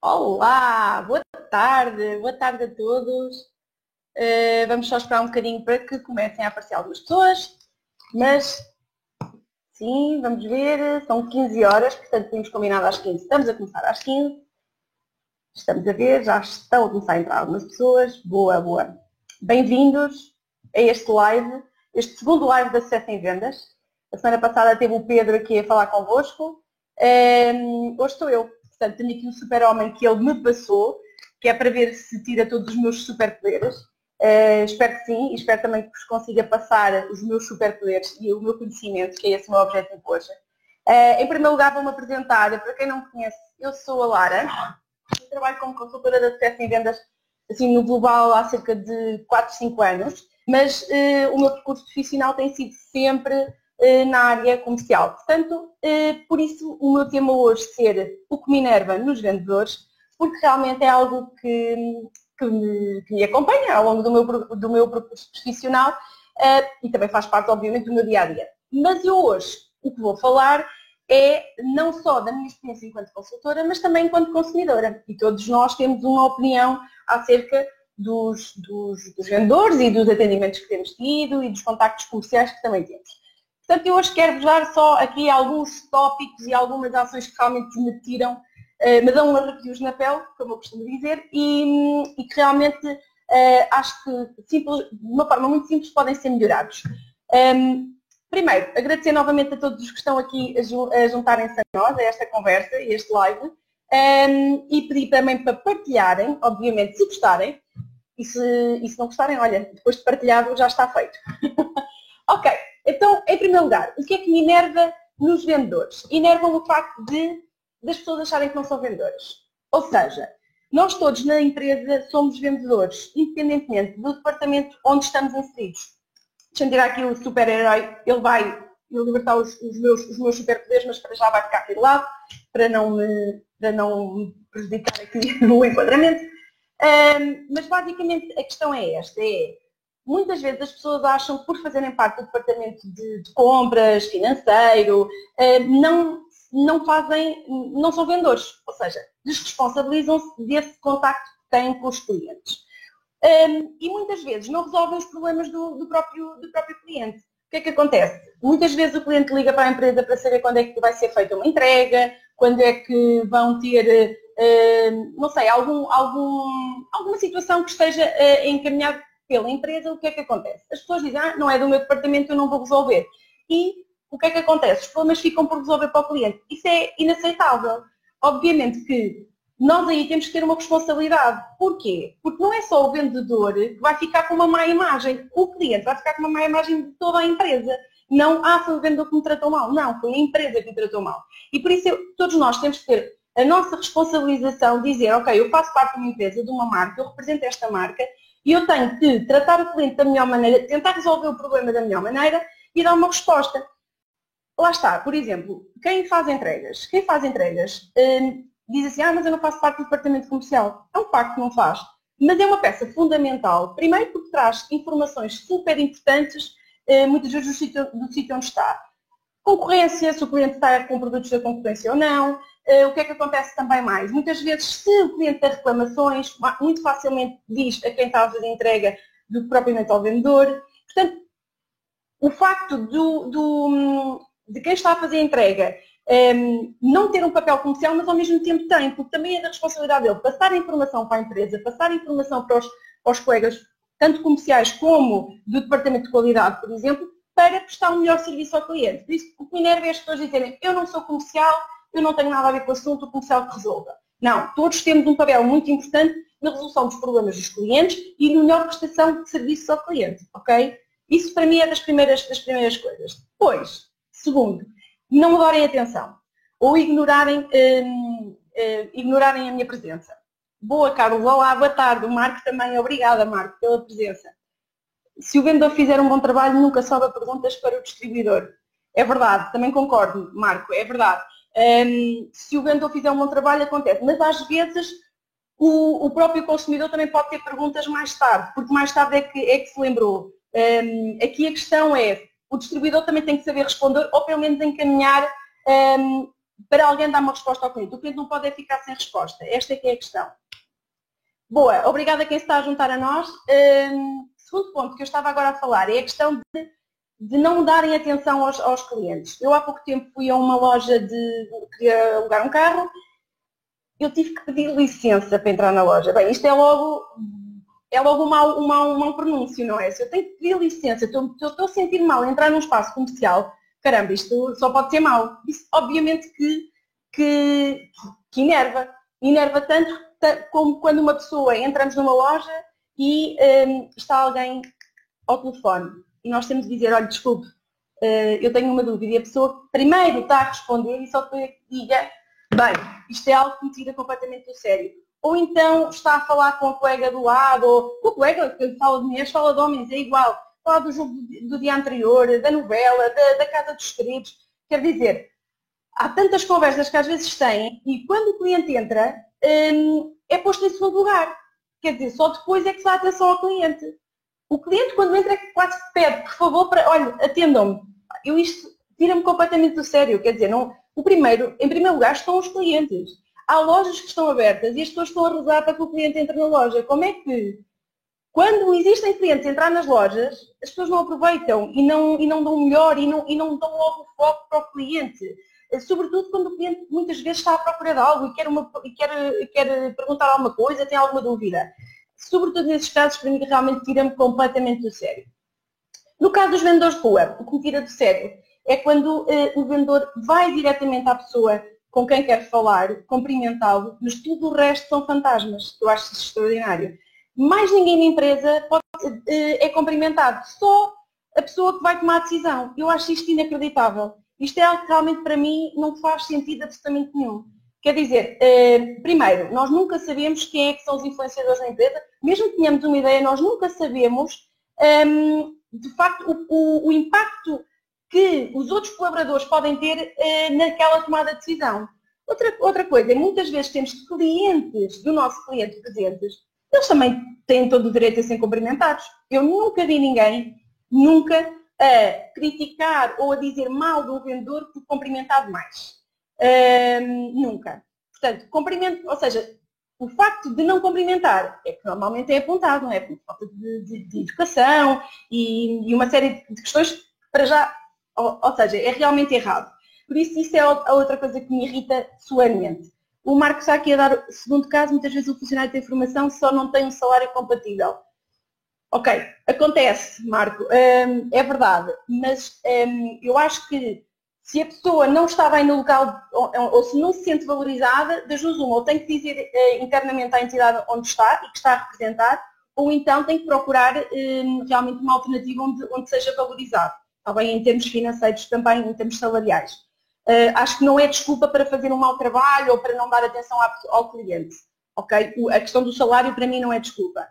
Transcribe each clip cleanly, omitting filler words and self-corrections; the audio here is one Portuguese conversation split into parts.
Olá, boa tarde a todos. Vamos só esperar um bocadinho para que comecem a aparecer algumas pessoas, mas sim, vamos ver, são 15 horas, portanto tínhamos combinado às 15, estamos a começar às 15, estamos a ver, já estão a começar a entrar algumas pessoas, boa. Bem-vindos a este live, este segundo live da Sucesso em Vendas. A semana passada teve o Pedro aqui a falar convosco, hoje estou eu. Portanto, tenho aqui um super-homem que ele me passou, que é para ver se tira todos os meus superpoderes. Espero que sim, e espero também que vos consiga passar os meus superpoderes e o meu conhecimento, que é esse o meu objetivo hoje. Em primeiro lugar, vou-me apresentar. Para quem não me conhece, eu sou a Lara. Eu trabalho como consultora de sucesso em vendas assim, no global há cerca de 4, 5 anos, mas o meu percurso profissional tem sido sempre na área comercial. Portanto, por isso o meu tema hoje ser o que me enerva nos vendedores, porque realmente é algo que me acompanha ao longo do meu percurso profissional e também faz parte, obviamente, do meu dia-a-dia. Mas eu hoje, o que vou falar é não só da minha experiência enquanto consultora, mas também enquanto consumidora. E todos nós temos uma opinião acerca dos vendedores e dos atendimentos que temos tido e dos contactos comerciais que também temos. Portanto, eu hoje quero-vos dar só aqui alguns tópicos e algumas ações que realmente me tiram, me dão arrepios na pele, como eu costumo dizer, e que realmente acho que de uma forma muito simples podem ser melhorados. Primeiro, agradecer novamente a todos os que estão aqui a juntarem-se a nós, a esta conversa, a este live, e pedir também para partilharem, obviamente, se gostarem, e se não gostarem, olha, depois de partilhado já está feito. Ok, então, em primeiro lugar, o que é que me enerva nos vendedores? Enerva-me o facto das pessoas acharem que não são vendedores. Ou seja, nós todos na empresa somos vendedores, independentemente do departamento onde estamos inseridos. Deixa-me tirar aqui o super-herói, ele vai libertar os meus superpoderes, mas para já vai ficar aqui de lado, para não me prejudicar aqui no enquadramento. Mas basicamente a questão é esta, muitas vezes as pessoas acham que por fazerem parte do departamento de compras, financeiro, não são vendedores, ou seja, desresponsabilizam-se desse contacto que têm com os clientes. E muitas vezes não resolvem os problemas do próprio cliente. O que é que acontece? Muitas vezes o cliente liga para a empresa para saber quando é que vai ser feita uma entrega, quando é que vão ter, não sei, alguma situação que esteja encaminhada pela empresa. O que é que acontece? As pessoas dizem, não é do meu departamento, eu não vou resolver. E o que é que acontece? Os problemas ficam por resolver para o cliente. Isso é inaceitável. Obviamente que nós aí temos que ter uma responsabilidade. Porquê? Porque não é só o vendedor que vai ficar com uma má imagem. O cliente vai ficar com uma má imagem de toda a empresa. Não, foi o vendedor que me tratou mal. Não, foi a empresa que me tratou mal. E por isso todos nós temos que ter a nossa responsabilização, dizer, ok, eu faço parte de uma empresa, de uma marca, eu represento esta marca e eu tenho que tratar o cliente da melhor maneira, tentar resolver o problema da melhor maneira e dar uma resposta. Lá está, por exemplo, quem faz entregas diz assim, mas eu não faço parte do departamento comercial. É um facto que não faz, mas é uma peça fundamental, primeiro porque traz informações super importantes, muitas vezes do sítio onde está. Concorrência, se o cliente está com produtos da concorrência ou não, o que é que acontece também mais? Muitas vezes, se o cliente tem reclamações, muito facilmente diz a quem está a fazer a entrega do que propriamente ao vendedor. Portanto, o facto de quem está a fazer a entrega não ter um papel comercial, mas ao mesmo tempo tem, porque também é da responsabilidade dele passar a informação para a empresa, passar a informação para os colegas, tanto comerciais como do departamento de qualidade, por exemplo, para prestar um melhor serviço ao cliente. Por isso, o que me enerva é as pessoas dizerem, eu não sou comercial, eu não tenho nada a ver com o assunto, o comercial que resolva. Não, todos temos um papel muito importante na resolução dos problemas dos clientes e na melhor prestação de serviços ao cliente, ok? Isso para mim é das primeiras coisas. Depois, segundo, não me darem atenção ou ignorarem a minha presença. Boa, Carlos. Olá, boa tarde. O Marco também. Obrigada, Marco, pela presença. Se o vendedor fizer um bom trabalho, nunca sobra perguntas para o distribuidor. É verdade, também concordo, Marco, é verdade. Se o vendedor fizer um bom trabalho, acontece. Mas às vezes o próprio consumidor também pode ter perguntas mais tarde, porque mais tarde é que se lembrou. Aqui a questão é, o distribuidor também tem que saber responder, ou pelo menos encaminhar para alguém dar uma resposta ao cliente. O cliente não pode ficar sem resposta. Esta é que é a questão. Boa, obrigada a quem se está a juntar a nós. Segundo ponto que eu estava agora a falar é a questão de não darem atenção aos clientes. Eu há pouco tempo fui a uma loja queria alugar um carro, eu tive que pedir licença para entrar na loja. Bem, isto é logo um mau pronúncio, não é? Se eu tenho que pedir licença, se eu estou a sentir mal entrar num espaço comercial, caramba, isto só pode ser mau. Isso obviamente que enerva. Enerva tanto como quando uma pessoa, entramos numa loja e está alguém ao telefone e nós temos de dizer, olha, desculpe, eu tenho uma dúvida, e a pessoa primeiro está a responder e só depois diga, bem, isto é algo que me tira completamente do sério. Ou então está a falar com a colega do lado, ou com a colega que fala de mulheres, fala de homens, é igual, fala do jogo do dia anterior, da novela, da casa dos segredos. Quer dizer, há tantas conversas que às vezes têm e quando o cliente entra, é posto em segundo lugar. Quer dizer, só depois é que se dá atenção ao cliente. O cliente, quando entra, quase pede, por favor, olha, atendam-me. Isto tira-me completamente do sério. Quer dizer, não, em primeiro lugar, estão os clientes. Há lojas que estão abertas e as pessoas estão a rezar para que o cliente entre na loja. Como é que, quando existem clientes a entrar nas lojas, as pessoas não aproveitam e não dão o melhor e não dão logo o foco para o cliente? Sobretudo quando o cliente muitas vezes está à procura de algo e quer perguntar alguma coisa, tem alguma dúvida. Sobretudo nesses casos, para mim, realmente tira-me completamente do sério. No caso dos vendedores de rua, o que me tira do sério é quando o vendedor vai diretamente à pessoa com quem quer falar, cumprimentá-lo, mas tudo o resto são fantasmas. Eu acho isso extraordinário. Mais ninguém na empresa é cumprimentado, só a pessoa que vai tomar a decisão. Eu acho isto inacreditável. Isto é algo que realmente para mim não faz sentido absolutamente nenhum. Quer dizer, primeiro, nós nunca sabemos quem é que são os influenciadores da empresa, mesmo que tenhamos uma ideia, nós nunca sabemos, de facto, o impacto que os outros colaboradores podem ter naquela tomada de decisão. Outra coisa, muitas vezes temos clientes do nosso cliente presentes, eles também têm todo o direito a ser cumprimentados. Eu nunca vi ninguém, nunca, a criticar ou a dizer mal do vendedor por cumprimentar demais. Nunca. Portanto, cumprimento, ou seja, o facto de não cumprimentar é que normalmente é apontado, não é? Por falta de educação e uma série de questões para já, ou seja, é realmente errado. Por isso é a outra coisa que me irrita solenemente. O Marco está aqui a dar, segundo caso, muitas vezes o funcionário tem formação só não tem um salário compatível. Ok, acontece, Marco, é verdade, mas eu acho que se a pessoa não está bem no local ou se não se sente valorizada, das duas uma, ou tem que dizer internamente à entidade onde está e que está a representar, ou então tem que procurar realmente uma alternativa onde seja valorizado, está bem, em termos financeiros também, em termos salariais. Acho que não é desculpa para fazer um mau trabalho ou para não dar atenção ao cliente, ok? A questão do salário para mim não é desculpa.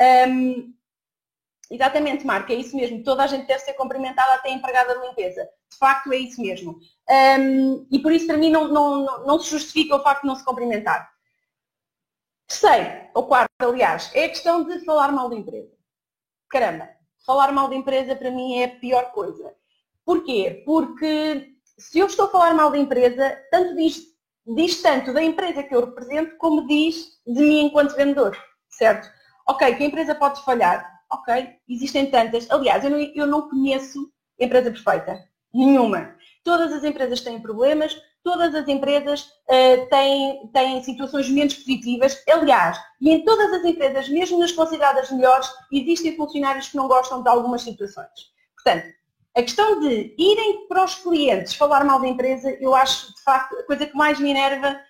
Exatamente, Marco, é isso mesmo. Toda a gente deve ser cumprimentada, até a empregada de limpeza. De facto, é isso mesmo. E por isso, para mim, não se justifica o facto de não se cumprimentar. Terceiro, ou quarto, aliás, é a questão de falar mal da empresa. Caramba, falar mal da empresa para mim é a pior coisa. Porquê? Porque se eu estou a falar mal da empresa, tanto diz tanto da empresa que eu represento, como diz de mim enquanto vendedor, certo? Ok, que a empresa pode falhar. Ok, existem tantas. Aliás, eu não conheço empresa perfeita. Nenhuma. Todas as empresas têm problemas, todas as empresas têm situações menos positivas. Aliás, e em todas as empresas, mesmo nas consideradas melhores, existem funcionários que não gostam de algumas situações. Portanto, a questão de irem para os clientes falar mal da empresa, eu acho, de facto, a coisa que mais me enerva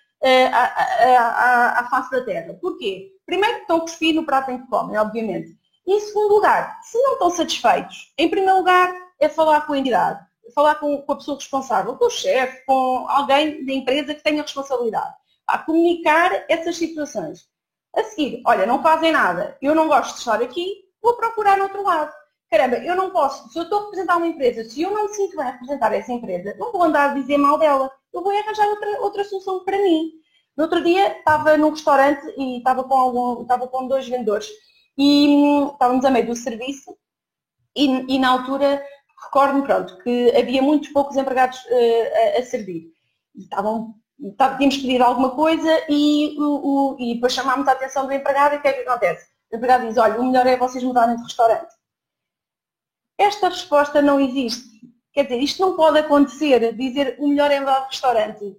à face da terra. Porquê? Primeiro, estão a cuspir no prato em que comem, obviamente. E em segundo lugar, se não estão satisfeitos, em primeiro lugar é falar com a entidade, falar com a pessoa responsável, com o chefe, com alguém da empresa que tenha responsabilidade, a comunicar essas situações. A seguir, olha, não fazem nada, eu não gosto de estar aqui, vou procurar no outro lado. Caramba, eu não posso, se eu estou a representar uma empresa, se eu não me sinto bem a representar essa empresa, não vou andar a dizer mal dela, eu vou arranjar outra solução para mim. No outro dia estava num restaurante e estava com 2 vendedores. E estávamos a meio do serviço e na altura recordo-me, pronto, que havia muitos poucos empregados a servir. tínhamos pedido alguma coisa e depois chamámos a atenção do empregado e o que é que acontece? O empregado diz, olha, o melhor é vocês mudarem de restaurante. Esta resposta não existe. Quer dizer, isto não pode acontecer, dizer o melhor é mudar de restaurante.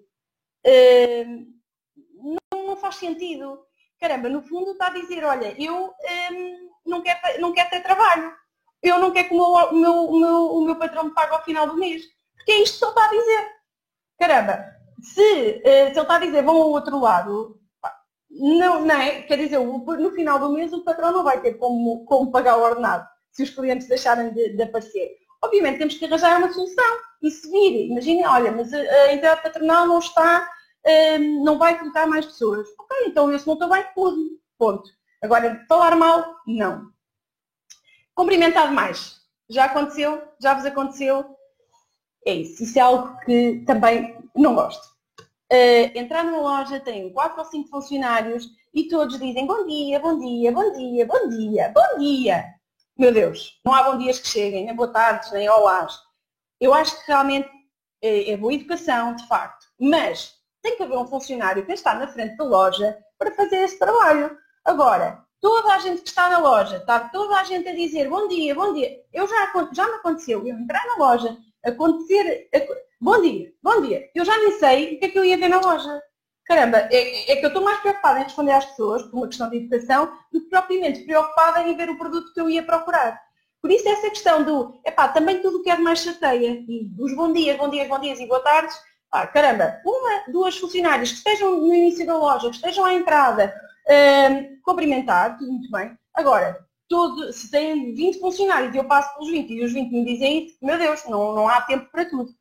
Não faz sentido. Caramba, no fundo está a dizer, olha, eu não quero ter trabalho. Eu não quero que o meu patrão me pague ao final do mês. Porque é isto que ele está a dizer. Caramba, se ele está a dizer vão ao outro lado, não é? Quer dizer, no final do mês o patrão não vai ter como pagar o ordenado, se os clientes deixarem de aparecer. Obviamente temos que arranjar uma solução e se vir. Imaginem, olha, mas a entidade patronal não está, não vai colocar mais pessoas. Ok, então eu se não estou bem, mudo. Ponto. Agora, falar mal, não. Cumprimentar demais. Já aconteceu? Já vos aconteceu? É isso. Isso é algo que também não gosto. Entrar numa loja, tem 4 ou 5 funcionários e todos dizem bom dia, bom dia, bom dia, bom dia, bom dia. Meu Deus, não há bom dias que cheguem, nem boa tardes, nem olás. Eu acho que realmente é boa educação, de facto, mas tem que haver um funcionário que está na frente da loja para fazer esse trabalho. Agora, toda a gente que está na loja, está toda a gente a dizer bom dia, bom dia. Já me aconteceu eu entrar na loja, bom dia, bom dia. Eu já nem sei o que é que eu ia ver na loja. Caramba, é que eu estou mais preocupada em responder às pessoas, por uma questão de educação, do que propriamente preocupada em ver o produto que eu ia procurar. Por isso essa questão também tudo o que é de mais chateia, e os bom dias, bom dias, bom dias e boa tardes, caramba, 1, 2 funcionários que estejam no início da loja, que estejam à entrada, cumprimentar, tudo muito bem. Agora, se tem 20 funcionários e eu passo pelos 20 e os 20 me dizem isso, meu Deus, não há tempo para tudo.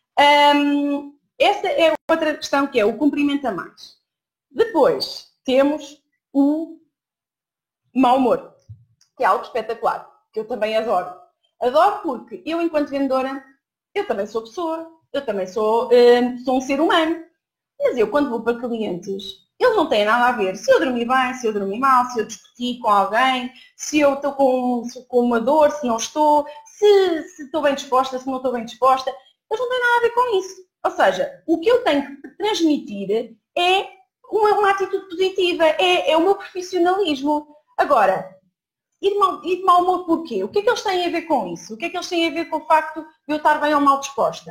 Essa é outra questão que é o cumprimento a mais. Depois temos o mau humor, que é algo espetacular, que eu também adoro. Adoro porque eu, enquanto vendedora, eu também sou pessoa, eu também sou um ser humano. Mas eu, quando vou para clientes, eles não têm nada a ver se eu dormi bem, se eu dormi mal, se eu discuti com alguém, se eu estou com uma dor, se não estou, se estou bem disposta, se não estou bem disposta. Eles não têm nada a ver com isso. Ou seja, o que eu tenho que transmitir é uma atitude positiva, é o meu profissionalismo. Agora, ir de mau humor porquê? O que é que eles têm a ver com isso? O que é que eles têm a ver com o facto de eu estar bem ou mal disposta?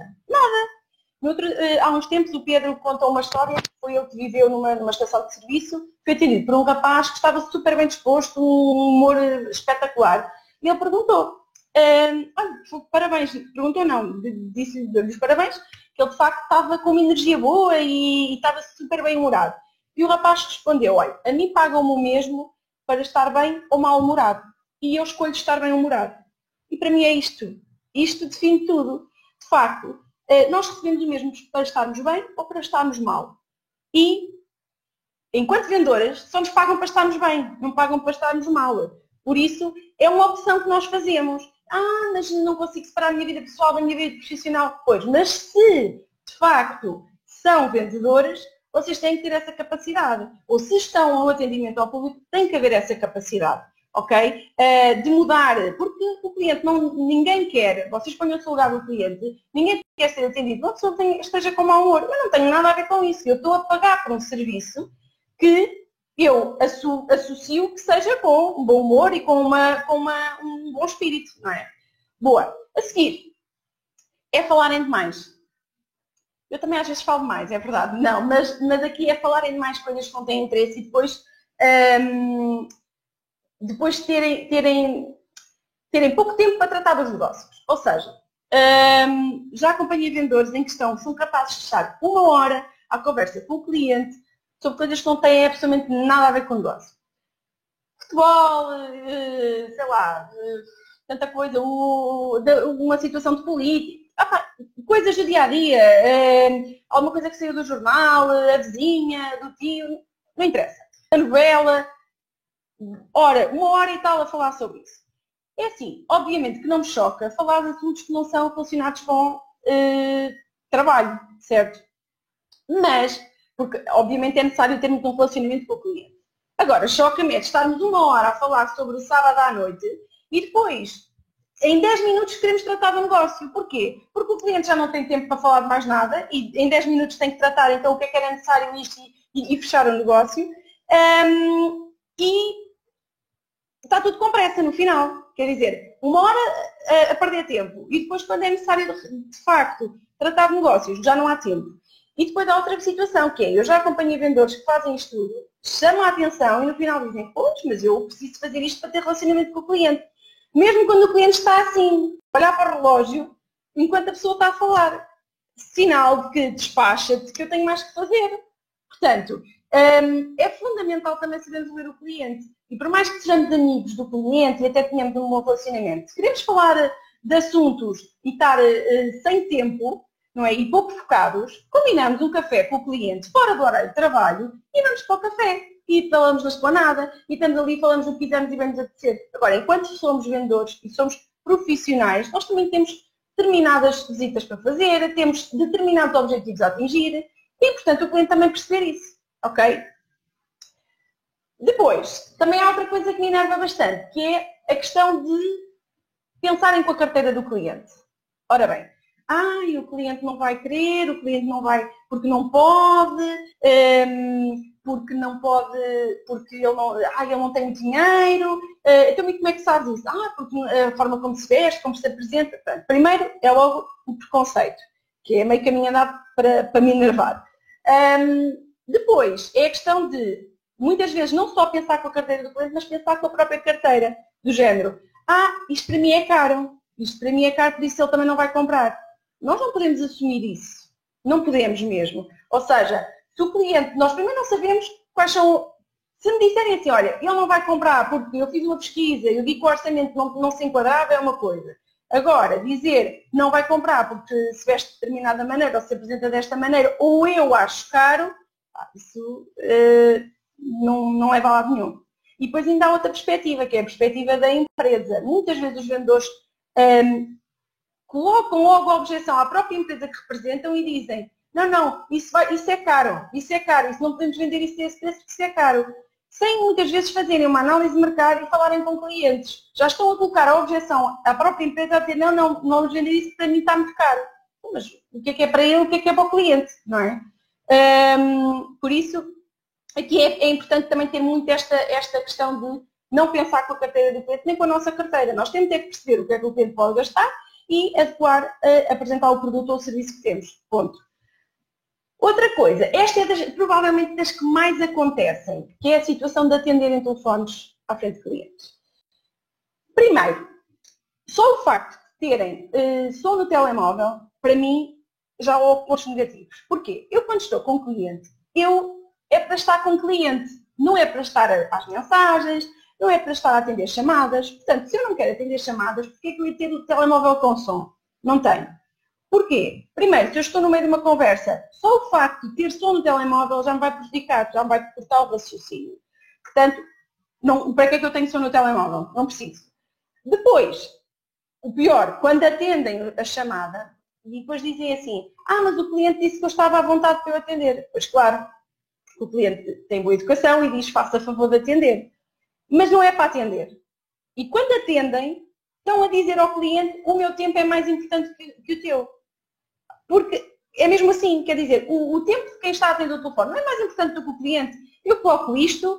Nada. Há uns tempos o Pedro contou uma história que foi ele que viveu numa estação de serviço, foi atendido por um rapaz que estava super bem disposto, um humor espetacular. E ele perguntou, parabéns, perguntou não, disse-lhe os parabéns, que ele de facto estava com uma energia boa e estava super bem humorado. E o rapaz respondeu, olha, a mim pagam-me o mesmo para estar bem ou mal-humorado. E eu escolho estar bem humorado. E para mim é isto. Isto define tudo. De facto, nós recebemos o mesmo para estarmos bem ou para estarmos mal. E, enquanto vendedoras, só nos pagam para estarmos bem, não pagam para estarmos mal. Por isso, é uma opção que nós fazemos. Mas não consigo separar a minha vida pessoal da minha vida profissional. Pois, mas se, de facto, são vendedores, vocês têm que ter essa capacidade. Ou se estão ao atendimento ao público, tem que haver essa capacidade. Ok? De mudar, porque o cliente, ninguém quer, vocês ponham-se no lugar do cliente, ninguém quer ser atendido, uma pessoa esteja com mau humor. Eu não tenho nada a ver com isso. Eu estou a pagar por um serviço que eu associo que seja com um bom humor e com um bom espírito, não é? Boa. A seguir, é falarem demais. Eu também às vezes falo mais, é verdade. Não, mas aqui é falarem demais coisas que não têm interesse e depois terem pouco tempo para tratar dos negócios. Ou seja, já acompanhei vendedores em questão que são capazes de estar 1 hora à conversa com o cliente sobre coisas que não têm absolutamente nada a ver com o negócio. Futebol, sei lá, tanta coisa, uma situação de política, coisas do dia-a-dia, alguma coisa que saiu do jornal, a vizinha, do tio, não interessa. A novela, 1 hora e tal a falar sobre isso. É assim, obviamente que não me choca falar de assuntos que não são relacionados com trabalho, certo? Mas, porque obviamente é necessário termos um relacionamento com o cliente. Agora, choca-me é estarmos 1 hora a falar sobre o sábado à noite e depois em 10 minutos queremos tratar do negócio. Porquê? Porque o cliente já não tem tempo para falar de mais nada e em 10 minutos tem que tratar então o que era necessário isto e fechar o negócio. E está tudo com pressa no final. Quer dizer, uma hora a perder tempo e depois quando é necessário de facto tratar de negócios já não há tempo. E depois há outra situação que é, eu já acompanhei vendedores que fazem isto tudo, chamam a atenção e no final dizem, pois, mas eu preciso fazer isto para ter relacionamento com o cliente. Mesmo quando o cliente está assim, olhar para o relógio, enquanto a pessoa está a falar. Sinal de que despacha-te, que eu tenho mais que fazer. Portanto, é fundamental também sabermos ler o cliente. E por mais que sejamos amigos do cliente e até tenhamos um bom relacionamento, se queremos falar de assuntos e estar sem tempo, não é? E pouco focados, combinamos um café com o cliente fora do horário de trabalho e vamos para o café. E falamos na esplanada, e estamos ali, falamos o que quisermos e vamos apetecer. Agora, enquanto somos vendedores e somos profissionais, nós também temos determinadas visitas para fazer, temos determinados objetivos a atingir, e, portanto, o cliente também perceber isso, ok? Depois, também há outra coisa que me enerva bastante, que é a questão de pensarem com a carteira do cliente. Ora bem, o cliente não vai querer, o cliente não vai porque não pode, porque ele não tem dinheiro. Então, e como é que sabes isso? Porque a forma como se veste, como se apresenta. Portanto, primeiro é logo o preconceito, que é meio caminho andado para me enervar. Depois, é a questão de, muitas vezes, não só pensar com a carteira do cliente, mas pensar com a própria carteira, do género. Isto para mim é caro. Isto para mim é caro, por isso ele também não vai comprar. Nós não podemos assumir isso. Não podemos mesmo. Ou seja, se o cliente, nós primeiro não sabemos quais são... Se me disserem assim, olha, ele não vai comprar porque eu fiz uma pesquisa, eu vi que o orçamento não se enquadrava, é uma coisa. Agora, dizer não vai comprar porque se veste de determinada maneira ou se apresenta desta maneira, ou eu acho caro, isso não é valado nenhum. E depois ainda há outra perspectiva, que é a perspectiva da empresa. Muitas vezes os vendedores colocam logo a objeção à própria empresa que representam e dizem isso é caro, isso não podemos vender isso a esse preço porque isso é caro. Sem muitas vezes fazerem uma análise de mercado e falarem com clientes. Já estão a colocar a objeção à própria empresa a dizer não vamos vender isso, para mim está muito caro. Mas o que é para ele, o que é para o cliente, não é? Por isso, aqui é importante também ter muito esta questão de não pensar com a carteira do cliente nem com a nossa carteira. Nós temos que perceber o que é que o cliente pode gastar e adequar, apresentar o produto ou o serviço que temos. Ponto. Outra coisa, esta é provavelmente das que mais acontecem, que é a situação de atenderem telefones à frente de clientes. Primeiro, só o facto de terem som no telemóvel, para mim, já houve pontos negativos. Porquê? Eu quando estou com o cliente, é para estar com o cliente, não é para estar às mensagens, não é para estar a atender chamadas. Portanto, se eu não quero atender chamadas, porquê é que eu ia ter o telemóvel com som? Não tenho. Porquê? Primeiro, se eu estou no meio de uma conversa, só o facto de ter som no telemóvel já me vai prejudicar, já me vai cortar o raciocínio. Portanto, para que é que eu tenho som no telemóvel? Não preciso. Depois, o pior, quando atendem a chamada e depois dizem assim, mas o cliente disse que eu estava à vontade para eu atender. Pois claro, o cliente tem boa educação e diz, faça favor de atender. Mas não é para atender. E quando atendem, estão a dizer ao cliente, o meu tempo é mais importante que o teu. Porque é mesmo assim, quer dizer, o tempo de quem está a atender o telefone não é mais importante do que o cliente. Eu coloco isto,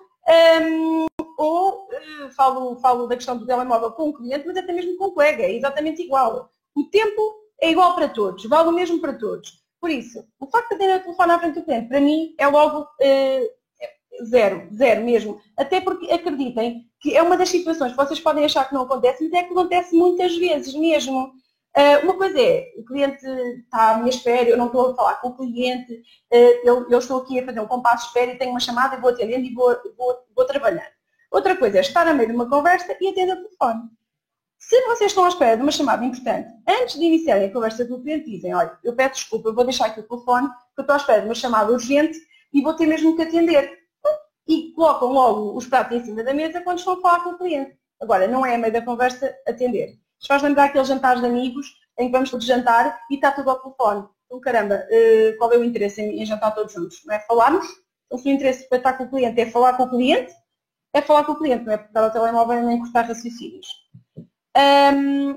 falo da questão do telemóvel com o cliente, mas até mesmo com o colega, é exatamente igual. O tempo é igual para todos, vale o mesmo para todos. Por isso, o facto de atender o telefone à frente do cliente, para mim, é logo zero mesmo. Até porque, acreditem, que é uma das situações que vocês podem achar que não acontece, mas é que acontece muitas vezes mesmo. Uma coisa é, o cliente está à minha espera, eu não estou a falar com o cliente, eu estou aqui a fazer um compasso de espera e tenho uma chamada e vou atendendo e vou trabalhando. Outra coisa é estar a meio de uma conversa e atender o telefone. Se vocês estão à espera de uma chamada importante, antes de iniciarem a conversa com o cliente, dizem, olha, eu peço desculpa, eu vou deixar aqui o telefone, porque eu estou à espera de uma chamada urgente e vou ter mesmo que atender. E colocam logo os pratos em cima da mesa quando estão a falar com o cliente. Agora, não é a meio da conversa atender. Isto faz lembrar aqueles jantares de amigos em que vamos todos jantar e está tudo ao telefone. Então, caramba, qual é o interesse em jantar todos juntos? Não é falarmos? Então, se o interesse para estar com o cliente é falar com o cliente, não é para estar ao telemóvel nem cortar raciocínios.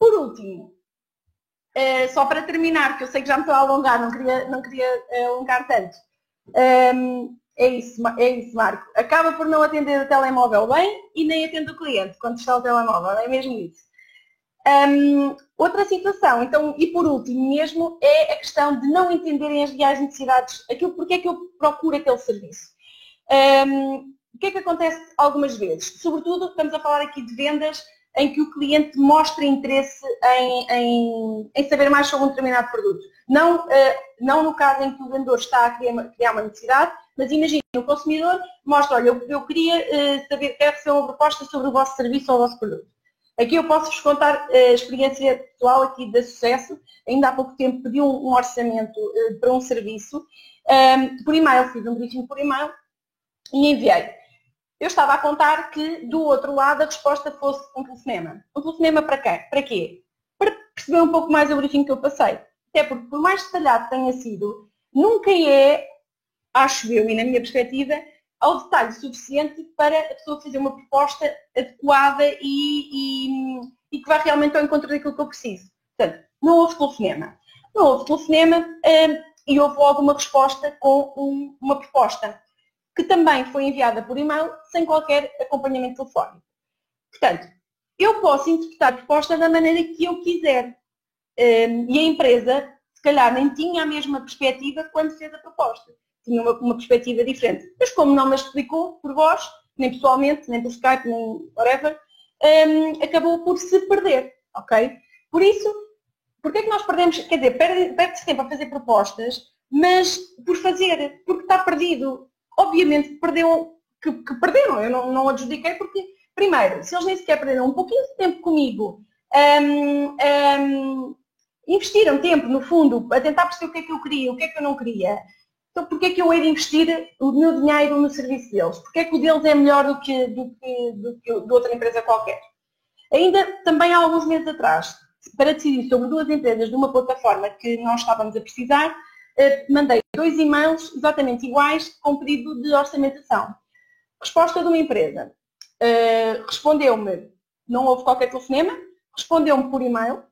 Por último, só para terminar, que eu sei que já me estou a alongar, não queria alongar tanto. É isso, Marco. Acaba por não atender o telemóvel bem e nem atende o cliente quando está o telemóvel, é mesmo isso. Outra situação, então, e por último mesmo, é a questão de não entenderem as reais necessidades, porque é que eu procuro aquele serviço. O que é que acontece algumas vezes? Sobretudo, estamos a falar aqui de vendas em que o cliente mostra interesse em saber mais sobre um determinado produto. Não no caso em que o vendedor está a criar uma necessidade, mas imagina, o consumidor mostra, olha, eu queria saber, quero receber uma proposta sobre o vosso serviço ou o vosso produto. Aqui eu posso-vos contar a experiência pessoal aqui de sucesso. Ainda há pouco tempo pedi um orçamento para um serviço, por e-mail, fiz um briefing por e-mail e enviei. Eu estava a contar que do outro lado a resposta fosse um telefonema. Um telefonema para quê? Para quê? Para perceber um pouco mais o briefing que eu passei. Até porque, por mais detalhado que tenha sido, nunca é, acho eu, e na minha perspectiva, ao detalhe suficiente para a pessoa fazer uma proposta adequada e que vá realmente ao encontro daquilo que eu preciso. Portanto, não houve telefonema. Não houve telefonema e houve logo uma resposta com uma proposta, que também foi enviada por e-mail sem qualquer acompanhamento telefónico. Portanto, eu posso interpretar a proposta da maneira que eu quiser. E a empresa, se calhar, nem tinha a mesma perspectiva quando fez a proposta. Tinha uma perspectiva diferente. Mas como não me explicou por voz, nem pessoalmente, nem por Skype, nem whatever, acabou por se perder, ok? Por isso, porque é que nós perdemos, quer dizer, perde-se tempo a fazer propostas, mas por fazer, porque está perdido. Obviamente que perderam, eu não adjudiquei porque, primeiro, se eles nem sequer perderam um pouquinho de tempo comigo, investiram tempo, no fundo, a tentar perceber o que é que eu queria, o que é que eu não queria. Então, porquê é que eu hei de investir o meu dinheiro no serviço deles? Porquê é que o deles é melhor do que de outra empresa qualquer? Ainda, também há alguns meses atrás, para decidir sobre duas empresas de uma plataforma que nós estávamos a precisar, mandei 2 e-mails exatamente iguais com pedido de orçamentação. Resposta de uma empresa. Respondeu-me, não houve qualquer telefonema, respondeu-me por e-mail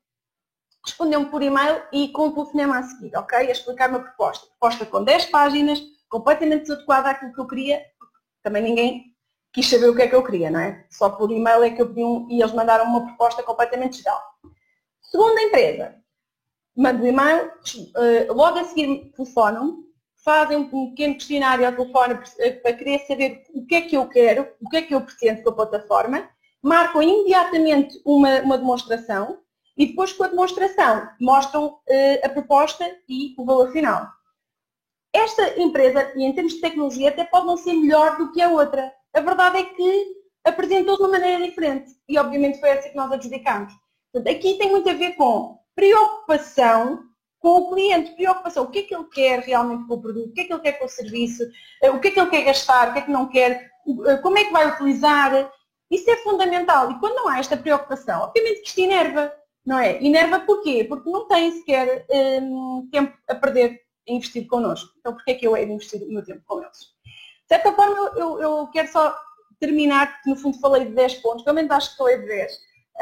e com o telefonema a seguir, ok? A explicar uma proposta. Proposta com 10 páginas, completamente desadequada àquilo que eu queria. Também ninguém quis saber o que é que eu queria, não é? Só por e-mail é que eu pedi e eles mandaram uma proposta completamente geral. Segunda empresa. Mando o e-mail, logo a seguir telefonam, fazem um pequeno questionário ao telefone para querer saber o que é que eu quero, o que é que eu pretendo com a plataforma, marcam imediatamente uma demonstração e depois com a demonstração mostram a proposta e o valor final. Esta empresa, e em termos de tecnologia, até pode não ser melhor do que a outra. A verdade é que apresentou-se de uma maneira diferente e obviamente foi essa que nós adjudicámos. Portanto, aqui tem muito a ver com preocupação com o cliente, preocupação, o que é que ele quer realmente com o produto, o que é que ele quer com o serviço, o que é que ele quer gastar, o que é que não quer, como é que vai utilizar. Isso é fundamental. E quando não há esta preocupação, obviamente que isto enerva, não é? Enerva porquê? Porque não tem sequer tempo a perder a investir connosco. Então porquê é que eu hei de investir o meu tempo com eles? De certa forma, eu quero só terminar, porque no fundo falei de 10 pontos, pelo menos acho que falei de 10.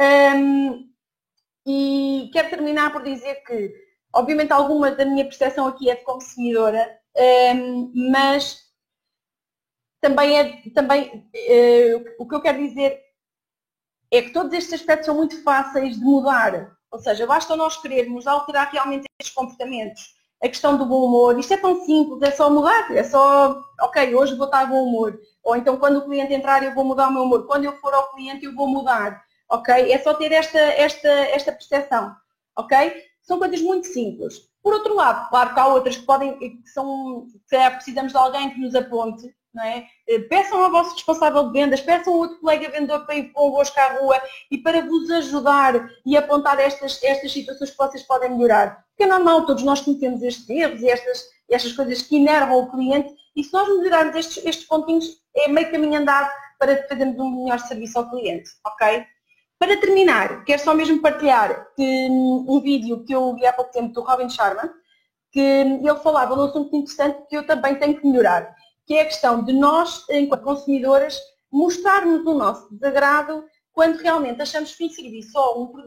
E quero terminar por dizer que, obviamente, alguma da minha percepção aqui é de consumidora, mas também o que eu quero dizer é que todos estes aspectos são muito fáceis de mudar. Ou seja, basta nós querermos alterar realmente estes comportamentos. A questão do bom humor, isto é tão simples, é só mudar, é só, ok, hoje vou estar de bom humor. Ou então quando o cliente entrar eu vou mudar o meu humor. Quando eu for ao cliente eu vou mudar. Ok? É só ter esta percepção. Ok? São coisas muito simples. Por outro lado, claro que há outras que se precisamos de alguém que nos aponte, não é? Peçam ao vosso responsável de vendas, peçam a outro colega vendedor para ir convosco à rua e para vos ajudar e apontar estas situações que vocês podem melhorar. Porque é normal, todos nós cometemos estes erros e estas coisas que enervam o cliente e se nós melhorarmos estes pontinhos, é meio caminho andado para fazermos um melhor serviço ao cliente. Ok? Para terminar, quero só mesmo partilhar um vídeo que eu vi há pouco tempo do Robin Sharma, que ele falava num assunto interessante que eu também tenho que melhorar, que é a questão de nós, enquanto consumidoras, mostrarmos o nosso desagrado quando realmente achamos que um serviço ou um produto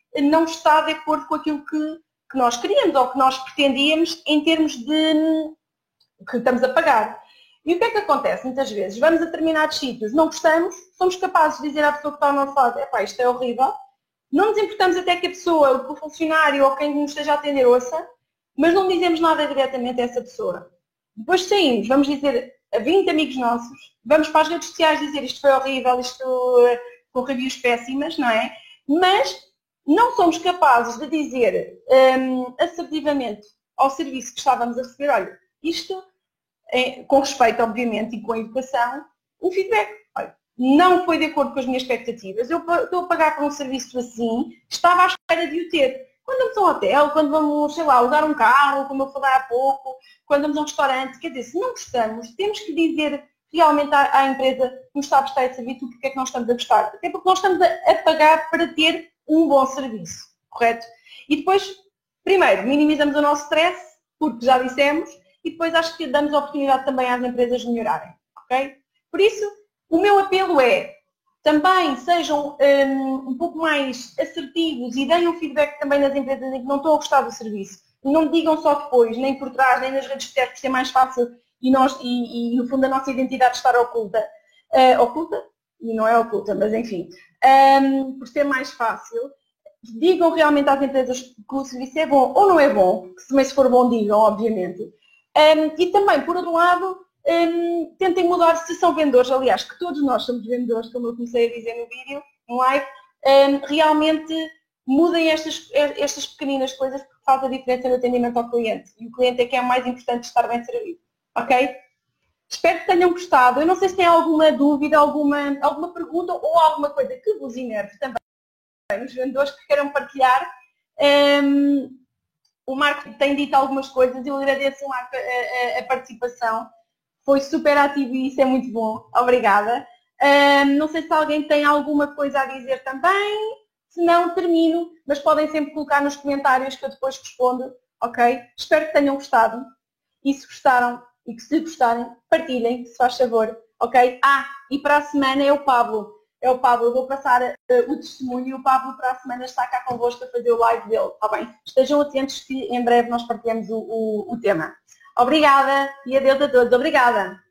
não está de acordo com aquilo que nós queríamos ou que nós pretendíamos em termos de que estamos a pagar. E o que é que acontece muitas vezes? Vamos a determinados sítios, não gostamos, somos capazes de dizer à pessoa que está ao nosso lado, epá, isto é horrível, não nos importamos até que a pessoa, o funcionário ou quem nos esteja a atender ouça, mas não dizemos nada diretamente a essa pessoa. Depois saímos, vamos dizer a 20 amigos nossos, vamos para as redes sociais dizer isto foi horrível, isto com reviews péssimas, não é? Mas não somos capazes de dizer assertivamente ao serviço que estávamos a receber, olha, isto, com respeito, obviamente, e com a educação, um feedback. Olha, não foi de acordo com as minhas expectativas, eu estou a pagar por um serviço assim, estava à espera de o ter. Quando vamos a um hotel, quando vamos, sei lá, alugar um carro, como eu falei há pouco, quando vamos a um restaurante, quer dizer, se não gostamos, temos que dizer realmente à empresa que nos está a prestar esse serviço porque é que nós estamos a gostar. Até porque nós estamos a pagar para ter um bom serviço, correto? E depois, primeiro, minimizamos o nosso stress, porque já dissemos, e depois acho que damos a oportunidade também às empresas de melhorarem, ok? Por isso, o meu apelo é, também sejam um pouco mais assertivos e deem um feedback também nas empresas em que não estão a gostar do serviço. Não digam só depois, nem por trás, nem nas redes sociais, por ser mais fácil e no fundo a nossa identidade estar oculta. Oculta? E não é oculta, mas enfim. Por ser mais fácil, digam realmente às empresas que o serviço é bom ou não é bom, que se for bom digam, obviamente. E também, por outro lado, tentem mudar se são vendedores, aliás, que todos nós somos vendedores, como eu comecei a dizer no vídeo, no live, realmente mudem estas pequeninas coisas porque faz a diferença no atendimento ao cliente. E o cliente é que é o mais importante de estar bem servido. Ok? Espero que tenham gostado. Eu não sei se tem alguma dúvida, alguma pergunta ou alguma coisa que vos enerve também os vendedores que queiram partilhar. O Marco tem dito algumas coisas, eu agradeço, Marco, a participação. Foi super ativo e isso é muito bom. Obrigada. Não sei se alguém tem alguma coisa a dizer também. Se não, termino, mas podem sempre colocar nos comentários que eu depois respondo, ok? Espero que tenham gostado. E se gostaram, e que se gostarem, partilhem, se faz favor, ok? E para a semana é o Pablo. É o Pablo, eu vou passar o testemunho e o Pablo para a semana está cá convosco a fazer o live dele, está bem? Estejam atentos que em breve nós partilhamos o tema. Obrigada e adeus a todos. Obrigada.